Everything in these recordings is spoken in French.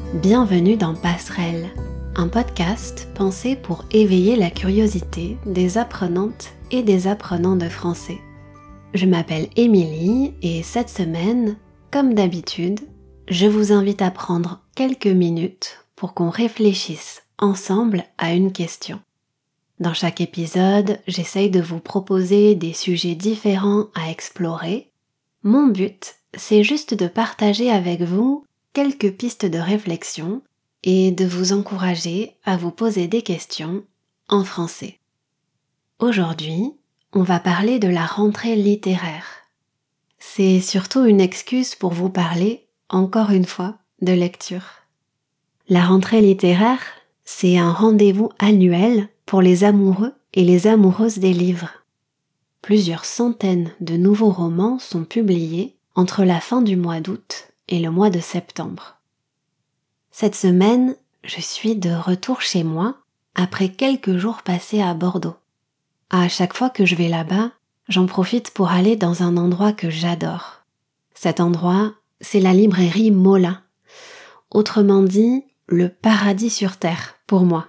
Bienvenue dans Passerelle, un podcast pensé pour éveiller la curiosité des apprenantes et des apprenants de français. Je m'appelle Émilie et cette semaine, comme d'habitude, je vous invite à prendre quelques minutes pour qu'on réfléchisse ensemble à une question. Dans chaque épisode, j'essaye de vous proposer des sujets différents à explorer. Mon but, c'est juste de partager avec vous quelques pistes de réflexion et de vous encourager à vous poser des questions en français. Aujourd'hui, on va parler de la rentrée littéraire. C'est surtout une excuse pour vous parler, encore une fois, de lecture. La rentrée littéraire, c'est un rendez-vous annuel pour les amoureux et les amoureuses des livres. Plusieurs centaines de nouveaux romans sont publiés entre la fin du mois d'août et le mois de septembre. Cette semaine, je suis de retour chez moi après quelques jours passés à Bordeaux. À chaque fois que je vais là-bas, j'en profite pour aller dans un endroit que j'adore. Cet endroit, c'est la librairie Mola. Autrement dit, le paradis sur terre pour moi.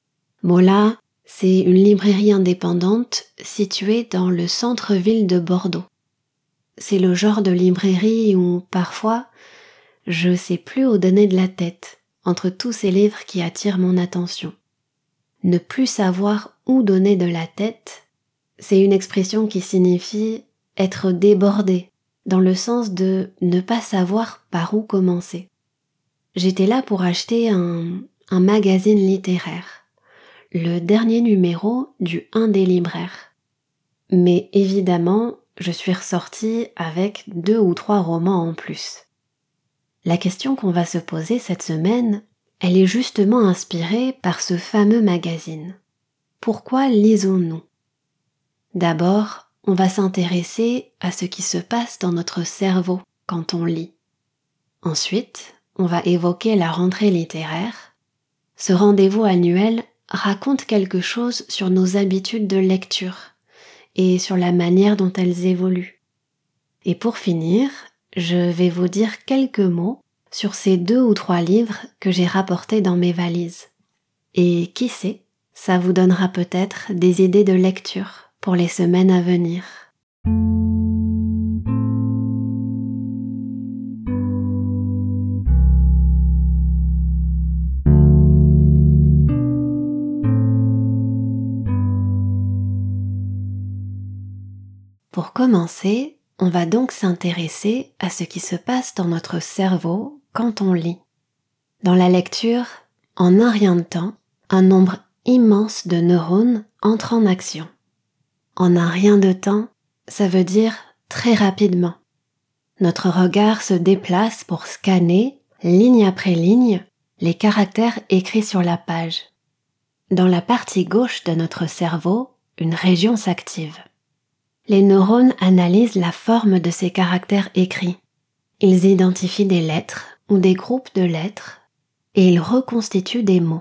Mola, c'est une librairie indépendante située dans le centre-ville de Bordeaux. C'est le genre de librairie où, parfois, je sais plus où donner de la tête entre tous ces livres qui attirent mon attention. Ne plus savoir où donner de la tête, c'est une expression qui signifie être débordé, dans le sens de ne pas savoir par où commencer. J'étais là pour acheter un magazine littéraire, le dernier numéro du Un des libraires. Mais évidemment, je suis ressortie avec 2 ou 3 romans en plus. La question qu'on va se poser cette semaine, elle est justement inspirée par ce fameux magazine. Pourquoi lisons-nous ? D'abord, on va s'intéresser à ce qui se passe dans notre cerveau quand on lit. Ensuite, on va évoquer la rentrée littéraire. Ce rendez-vous annuel raconte quelque chose sur nos habitudes de lecture et sur la manière dont elles évoluent. Et pour finir, je vais vous dire quelques mots sur ces 2 ou 3 livres que j'ai rapportés dans mes valises. Et qui sait, ça vous donnera peut-être des idées de lecture pour les semaines à venir. Pour commencer, on va donc s'intéresser à ce qui se passe dans notre cerveau quand on lit. Dans la lecture, en un rien de temps, un nombre immense de neurones entre en action. En un rien de temps, ça veut dire très rapidement. Notre regard se déplace pour scanner, ligne après ligne, les caractères écrits sur la page. Dans la partie gauche de notre cerveau, une région s'active. Les neurones analysent la forme de ces caractères écrits. Ils identifient des lettres ou des groupes de lettres et ils reconstituent des mots.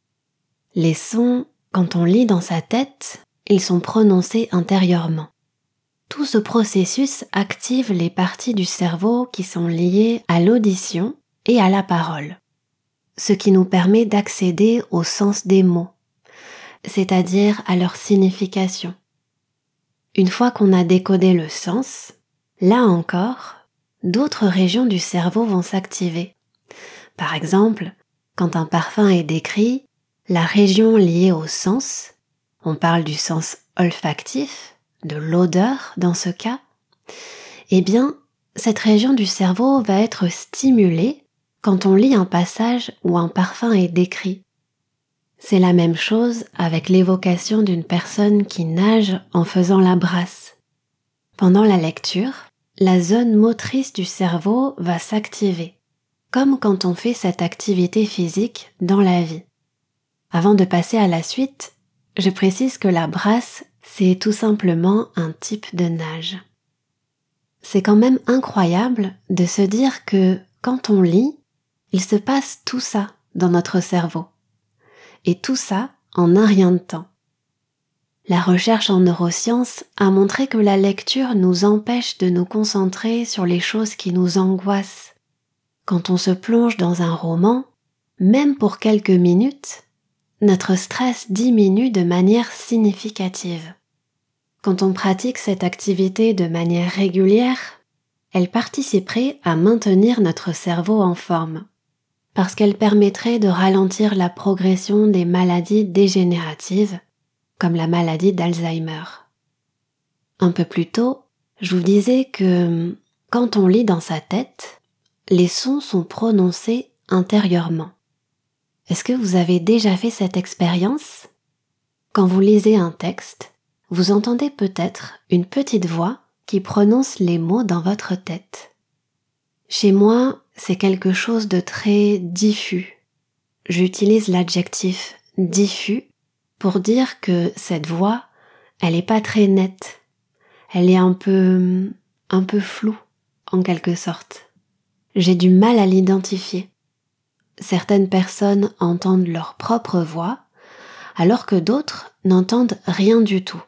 Les sons, quand on lit dans sa tête, ils sont prononcés intérieurement. Tout ce processus active les parties du cerveau qui sont liées à l'audition et à la parole, ce qui nous permet d'accéder au sens des mots, c'est-à-dire à leur signification. Une fois qu'on a décodé le sens, là encore, d'autres régions du cerveau vont s'activer. Par exemple, quand un parfum est décrit, la région liée au sens, on parle du sens olfactif, de l'odeur dans ce cas, eh bien, cette région du cerveau va être stimulée quand on lit un passage où un parfum est décrit. C'est la même chose avec l'évocation d'une personne qui nage en faisant la brasse. Pendant la lecture, la zone motrice du cerveau va s'activer, comme quand on fait cette activité physique dans la vie. Avant de passer à la suite, je précise que la brasse, c'est tout simplement un type de nage. C'est quand même incroyable de se dire que quand on lit, il se passe tout ça dans notre cerveau. Et tout ça en un rien de temps. La recherche en neurosciences a montré que la lecture nous empêche de nous concentrer sur les choses qui nous angoissent. Quand on se plonge dans un roman, même pour quelques minutes, notre stress diminue de manière significative. Quand on pratique cette activité de manière régulière, elle participerait à maintenir notre cerveau en forme, parce qu'elle permettrait de ralentir la progression des maladies dégénératives, comme la maladie d'Alzheimer. Un peu plus tôt, je vous disais que quand on lit dans sa tête, les sons sont prononcés intérieurement. Est-ce que vous avez déjà fait cette expérience? Quand vous lisez un texte, vous entendez peut-être une petite voix qui prononce les mots dans votre tête. Chez moi, c'est quelque chose de très diffus. J'utilise l'adjectif diffus pour dire que cette voix, elle n'est pas très nette. Elle est un peu floue, en quelque sorte. J'ai du mal à l'identifier. Certaines personnes entendent leur propre voix, alors que d'autres n'entendent rien du tout.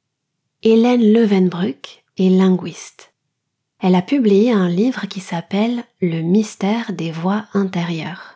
Hélène Leeuwenbruck est linguiste. Elle a publié un livre qui s'appelle « Le mystère des voix intérieures ».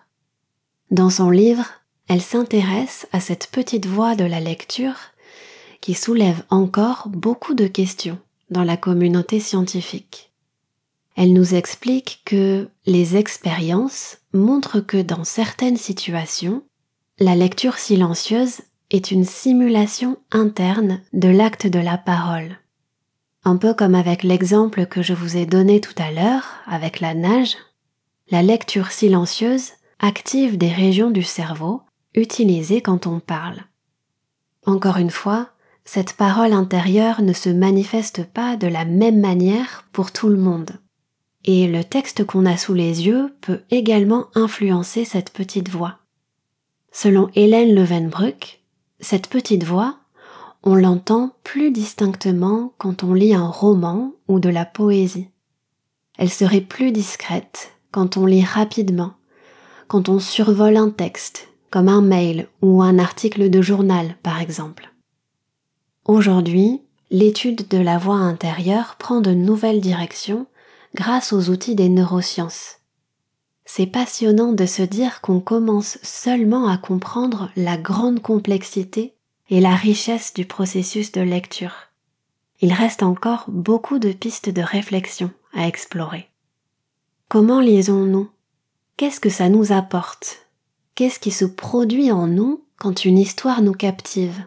Dans son livre, elle s'intéresse à cette petite voix de la lecture qui soulève encore beaucoup de questions dans la communauté scientifique. Elle nous explique que les expériences montrent que dans certaines situations, la lecture silencieuse est une simulation interne de l'acte de la parole. Un peu comme avec l'exemple que je vous ai donné tout à l'heure avec la nage, la lecture silencieuse active des régions du cerveau utilisées quand on parle. Encore une fois, cette parole intérieure ne se manifeste pas de la même manière pour tout le monde. Et le texte qu'on a sous les yeux peut également influencer cette petite voix. Selon Hélène Leeuwenbruck, cette petite voix, on l'entend plus distinctement quand on lit un roman ou de la poésie. Elle serait plus discrète quand on lit rapidement, quand on survole un texte, comme un mail ou un article de journal par exemple. Aujourd'hui, l'étude de la voix intérieure prend de nouvelles directions grâce aux outils des neurosciences. C'est passionnant de se dire qu'on commence seulement à comprendre la grande complexité et la richesse du processus de lecture. Il reste encore beaucoup de pistes de réflexion à explorer. Comment lisons-nous? Qu'est-ce que ça nous apporte? Qu'est-ce qui se produit en nous quand une histoire nous captive?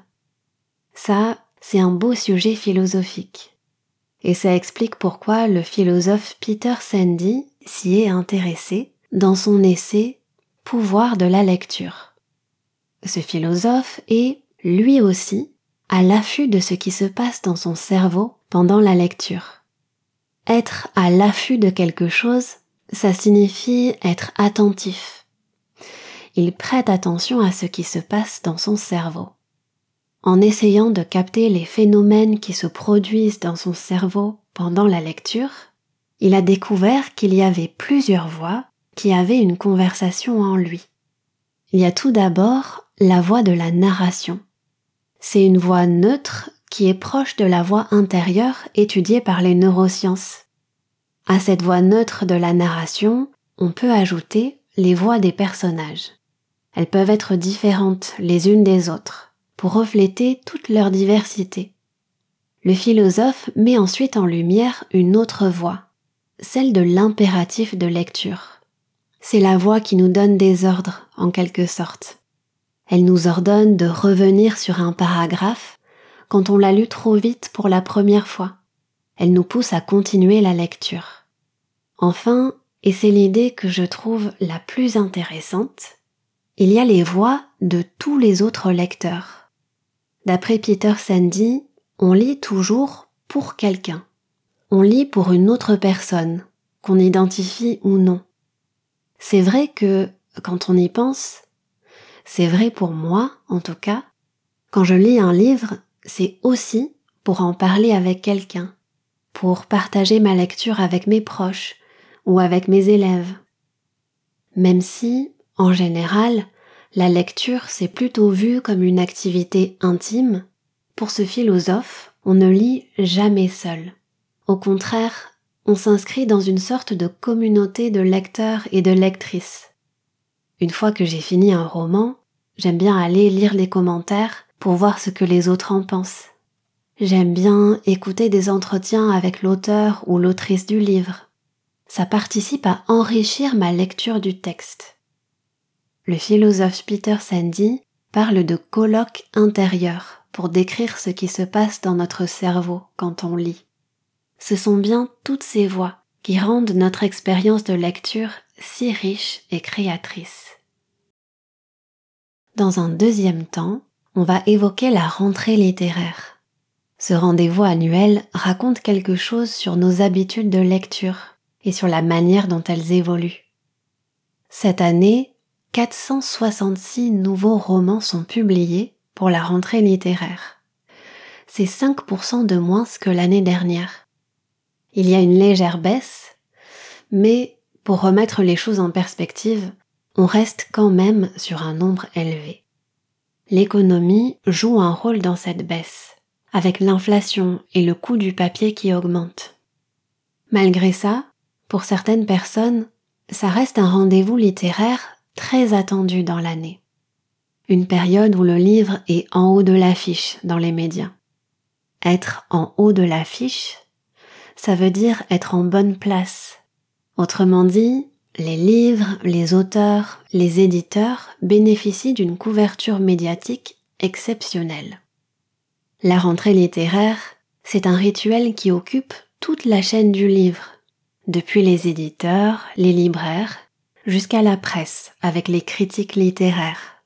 Ça, c'est un beau sujet philosophique. Et ça explique pourquoi le philosophe Peter Sandy s'y est intéressé dans son essai « Pouvoir de la lecture ». Ce philosophe est, lui aussi, à l'affût de ce qui se passe dans son cerveau pendant la lecture. Être à l'affût de quelque chose, ça signifie être attentif. Il prête attention à ce qui se passe dans son cerveau. En essayant de capter les phénomènes qui se produisent dans son cerveau pendant la lecture, il a découvert qu'il y avait plusieurs voix qui avaient une conversation en lui. Il y a tout d'abord la voix de la narration. C'est une voix neutre qui est proche de la voix intérieure étudiée par les neurosciences. À cette voix neutre de la narration, on peut ajouter les voix des personnages. Elles peuvent être différentes les unes des autres, pour refléter toute leur diversité. Le philosophe met ensuite en lumière une autre voix, celle de l'impératif de lecture. C'est la voix qui nous donne des ordres, en quelque sorte. Elle nous ordonne de revenir sur un paragraphe quand on l'a lu trop vite pour la première fois. Elle nous pousse à continuer la lecture. Enfin, et c'est l'idée que je trouve la plus intéressante, il y a les voix de tous les autres lecteurs. D'après Peter Sandy, on lit toujours pour quelqu'un. On lit pour une autre personne, qu'on identifie ou non. C'est vrai que, quand on y pense, c'est vrai pour moi, en tout cas, quand je lis un livre, c'est aussi pour en parler avec quelqu'un, pour partager ma lecture avec mes proches ou avec mes élèves. Même si, en général, la lecture c'est plutôt vu comme une activité intime, pour ce philosophe, on ne lit jamais seul. Au contraire, on s'inscrit dans une sorte de communauté de lecteurs et de lectrices. Une fois que j'ai fini un roman, j'aime bien aller lire les commentaires pour voir ce que les autres en pensent. J'aime bien écouter des entretiens avec l'auteur ou l'autrice du livre. Ça participe à enrichir ma lecture du texte. Le philosophe Peter Sandy parle de colloque intérieur pour décrire ce qui se passe dans notre cerveau quand on lit. Ce sont bien toutes ces voix qui rendent notre expérience de lecture si riche et créatrice. Dans un deuxième temps, on va évoquer la rentrée littéraire. Ce rendez-vous annuel raconte quelque chose sur nos habitudes de lecture et sur la manière dont elles évoluent. Cette année, 466 nouveaux romans sont publiés pour la rentrée littéraire. C'est 5% de moins que l'année dernière. Il y a une légère baisse, mais pour remettre les choses en perspective, on reste quand même sur un nombre élevé. L'économie joue un rôle dans cette baisse, avec l'inflation et le coût du papier qui augmente. Malgré ça, pour certaines personnes, ça reste un rendez-vous littéraire très attendu dans l'année. Une période où le livre est en haut de l'affiche dans les médias. Être en haut de l'affiche, ça veut dire être en bonne place. Autrement dit, les livres, les auteurs, les éditeurs bénéficient d'une couverture médiatique exceptionnelle. La rentrée littéraire, c'est un rituel qui occupe toute la chaîne du livre, depuis les éditeurs, les libraires, jusqu'à la presse avec les critiques littéraires.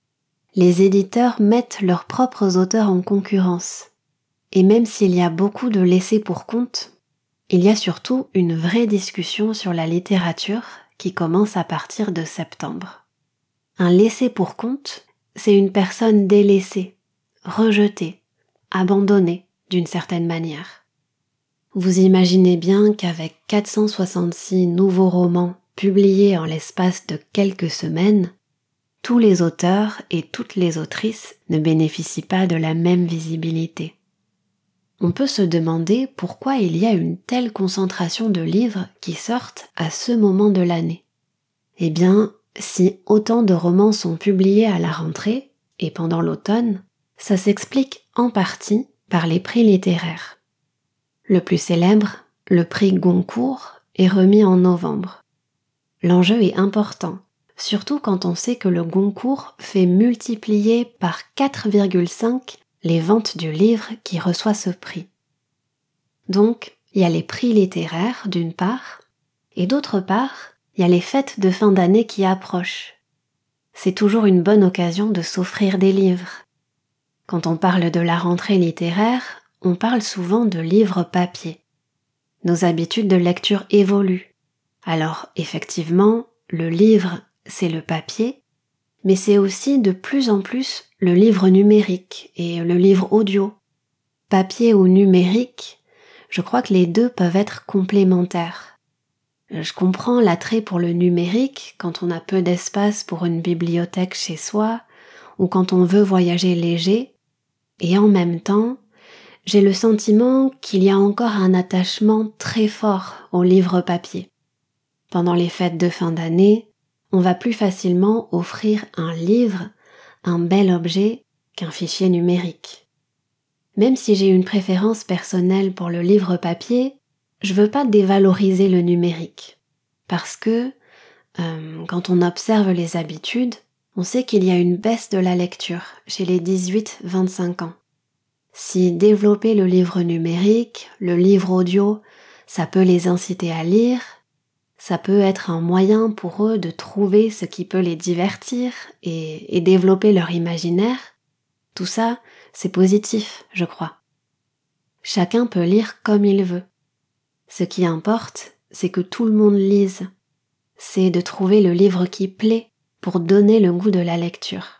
Les éditeurs mettent leurs propres auteurs en concurrence, et même s'il y a beaucoup de laissés pour compte, il y a surtout une vraie discussion sur la littérature qui commence à partir de septembre. Un laissé pour compte, c'est une personne délaissée, rejetée, abandonnée d'une certaine manière. Vous imaginez bien qu'avec 466 nouveaux romans publiés en l'espace de quelques semaines, tous les auteurs et toutes les autrices ne bénéficient pas de la même visibilité. On peut se demander pourquoi il y a une telle concentration de livres qui sortent à ce moment de l'année. Eh bien, si autant de romans sont publiés à la rentrée et pendant l'automne, ça s'explique en partie par les prix littéraires. Le plus célèbre, le prix Goncourt, est remis en novembre. L'enjeu est important, surtout quand on sait que le Goncourt fait multiplier par 4,5 les ventes du livre qui reçoit ce prix. Donc, il y a les prix littéraires d'une part, et d'autre part, il y a les fêtes de fin d'année qui approchent. C'est toujours une bonne occasion de s'offrir des livres. Quand on parle de la rentrée littéraire, on parle souvent de livres papier. Nos habitudes de lecture évoluent. Alors, effectivement, le livre, c'est le papier, mais c'est aussi de plus en plus le livre numérique et le livre audio. Papier ou numérique, je crois que les deux peuvent être complémentaires. Je comprends l'attrait pour le numérique quand on a peu d'espace pour une bibliothèque chez soi ou quand on veut voyager léger, et en même temps, j'ai le sentiment qu'il y a encore un attachement très fort au livre papier. Pendant les fêtes de fin d'année, on va plus facilement offrir un livre, un bel objet, qu'un fichier numérique. Même si j'ai une préférence personnelle pour le livre papier, je veux pas dévaloriser le numérique. Parce que, quand on observe les habitudes, on sait qu'il y a une baisse de la lecture chez les 18-25 ans. Si développer le livre numérique, le livre audio, ça peut les inciter à lire, ça peut être un moyen pour eux de trouver ce qui peut les divertir et développer leur imaginaire, tout ça, c'est positif, je crois. Chacun peut lire comme il veut. Ce qui importe, c'est que tout le monde lise. C'est de trouver le livre qui plaît pour donner le goût de la lecture.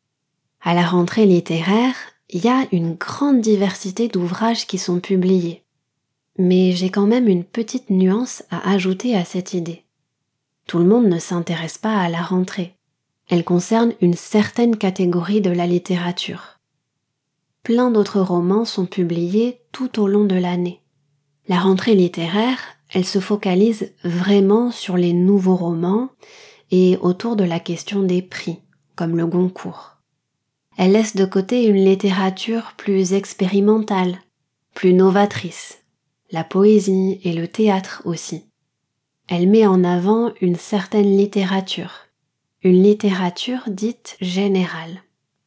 À la rentrée littéraire, il y a une grande diversité d'ouvrages qui sont publiés. Mais j'ai quand même une petite nuance à ajouter à cette idée. Tout le monde ne s'intéresse pas à la rentrée. Elle concerne une certaine catégorie de la littérature. Plein d'autres romans sont publiés tout au long de l'année. La rentrée littéraire, elle se focalise vraiment sur les nouveaux romans et autour de la question des prix, comme le Goncourt. Elle laisse de côté une littérature plus expérimentale, plus novatrice, la poésie et le théâtre aussi. Elle met en avant une certaine littérature, une littérature dite générale.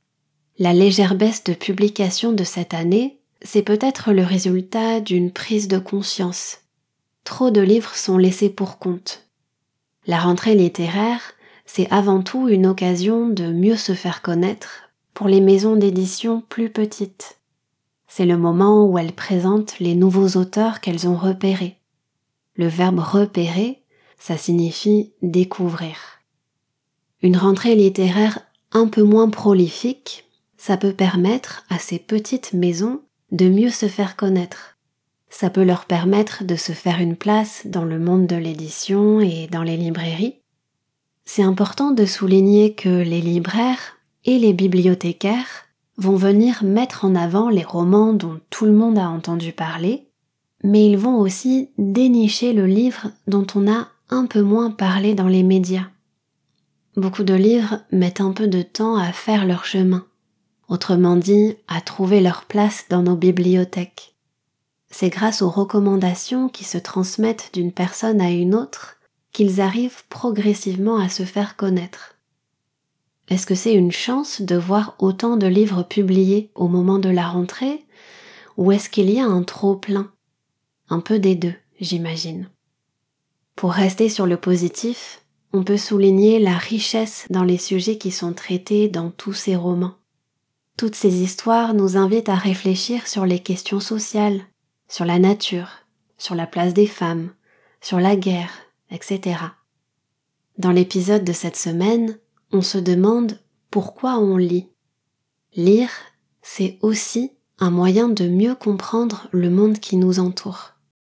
La légèrebaisse de publication de cette année, c'est peut-être le résultat d'une prise de conscience. Trop de livres sont laissés pour compte. La rentrée littéraire, c'est avant tout une occasion de mieux se faire connaître pour les maisons d'édition plus petites. C'est le moment où elles présentent les nouveaux auteurs qu'elles ont repérés. Le verbe repérer, ça signifie découvrir. Une rentrée littéraire un peu moins prolifique, ça peut permettre à ces petites maisons de mieux se faire connaître. Ça peut leur permettre de se faire une place dans le monde de l'édition et dans les librairies. C'est important de souligner que les libraires et les bibliothécaires vont venir mettre en avant les romans dont tout le monde a entendu parler, mais ils vont aussi dénicher le livre dont on a un peu moins parlé dans les médias. Beaucoup de livres mettent un peu de temps à faire leur chemin, autrement dit, à trouver leur place dans nos bibliothèques. C'est grâce aux recommandations qui se transmettent d'une personne à une autre qu'ils arrivent progressivement à se faire connaître. Est-ce que c'est une chance de voir autant de livres publiés au moment de la rentrée, ou est-ce qu'il y a un trop-plein ? Un peu des deux, j'imagine. Pour rester sur le positif, on peut souligner la richesse dans les sujets qui sont traités dans tous ces romans. Toutes ces histoires nous invitent à réfléchir sur les questions sociales, sur la nature, sur la place des femmes, sur la guerre, etc. Dans l'épisode de cette semaine, on se demande pourquoi on lit. Lire, c'est aussi un moyen de mieux comprendre le monde qui nous entoure.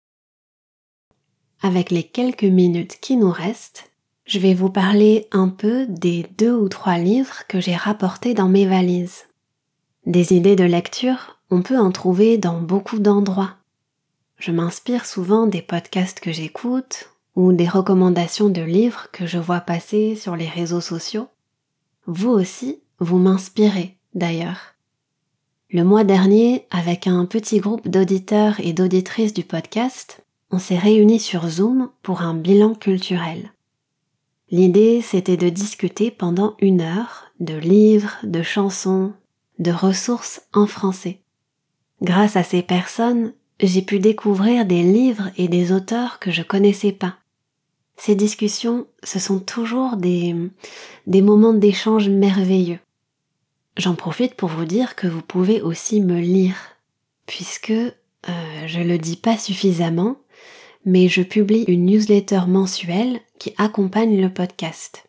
Avec les quelques minutes qui nous restent, je vais vous parler un peu des 2 ou 3 livres que j'ai rapportés dans mes valises. Des idées de lecture, on peut en trouver dans beaucoup d'endroits. Je m'inspire souvent des podcasts que j'écoute ou des recommandations de livres que je vois passer sur les réseaux sociaux. Vous aussi, vous m'inspirez d'ailleurs. Le mois dernier, avec un petit groupe d'auditeurs et d'auditrices du podcast, on s'est réunis sur Zoom pour un bilan culturel. L'idée, c'était de discuter pendant 1 heure de livres, de chansons, de ressources en français. Grâce à ces personnes, j'ai pu découvrir des livres et des auteurs que je connaissais pas. Ces discussions, ce sont toujours des moments d'échange merveilleux. J'en profite pour vous dire que vous pouvez aussi me lire, puisque, je le dis pas suffisamment, mais je publie une newsletter mensuelle qui accompagne le podcast.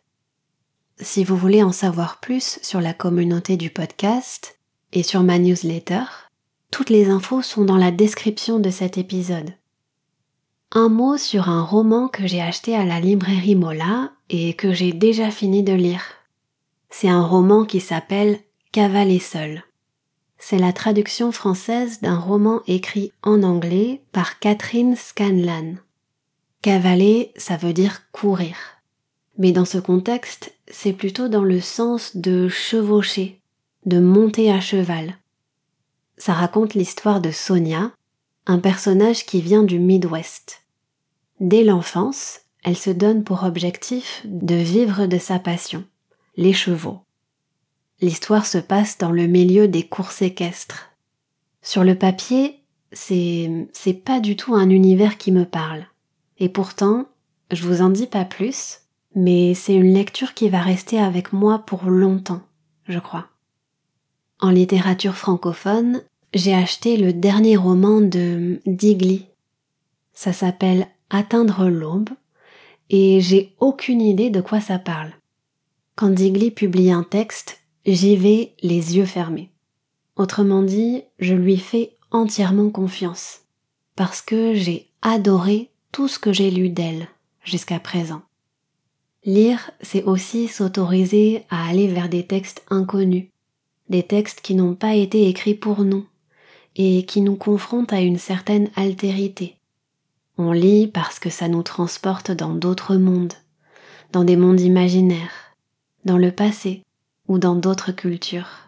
Si vous voulez en savoir plus sur la communauté du podcast et sur ma newsletter, toutes les infos sont dans la description de cet épisode. Un mot sur un roman que j'ai acheté à la librairie Mola et que j'ai déjà fini de lire. C'est un roman qui s'appelle « Cavaler seul ». C'est la traduction française d'un roman écrit en anglais par Catherine Scanlan. Cavaler, ça veut dire courir. Mais dans ce contexte, c'est plutôt dans le sens de chevaucher, de monter à cheval. Ça raconte l'histoire de Sonia, un personnage qui vient du Midwest. Dès l'enfance, elle se donne pour objectif de vivre de sa passion, les chevaux. L'histoire se passe dans le milieu des courses équestres. Sur le papier, c'est pas du tout un univers qui me parle. Et pourtant, je vous en dis pas plus, mais c'est une lecture qui va rester avec moi pour longtemps, je crois. En littérature francophone, j'ai acheté le dernier roman de Digli. Ça s'appelle Atteindre l'aube, et j'ai aucune idée de quoi ça parle. Quand Digli publie un texte, j'y vais les yeux fermés. Autrement dit, je lui fais entièrement confiance, parce que j'ai adoré tout ce que j'ai lu d'elle jusqu'à présent. Lire, c'est aussi s'autoriser à aller vers des textes inconnus, des textes qui n'ont pas été écrits pour nous et qui nous confrontent à une certaine altérité. On lit parce que ça nous transporte dans d'autres mondes, dans des mondes imaginaires, dans le passé ou dans d'autres cultures.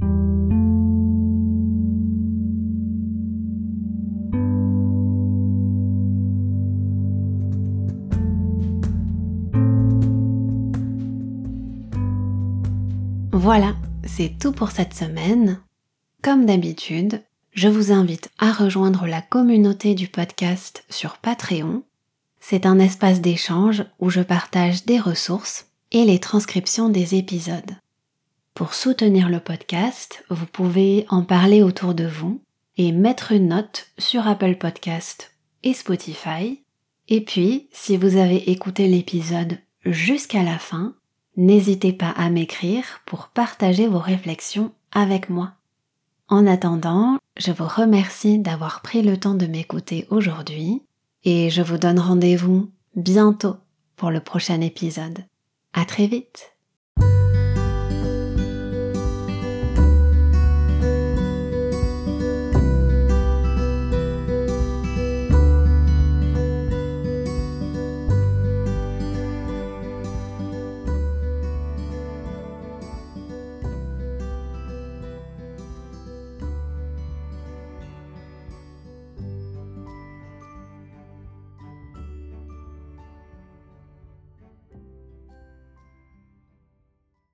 Voilà, c'est tout pour cette semaine. Comme d'habitude, je vous invite à rejoindre la communauté du podcast sur Patreon. C'est un espace d'échange où je partage des ressources et les transcriptions des épisodes. Pour soutenir le podcast, vous pouvez en parler autour de vous et mettre une note sur Apple Podcast et Spotify. Et puis, si vous avez écouté l'épisode jusqu'à la fin, n'hésitez pas à m'écrire pour partager vos réflexions avec moi. En attendant, je vous remercie d'avoir pris le temps de m'écouter aujourd'hui et je vous donne rendez-vous bientôt pour le prochain épisode. À très vite!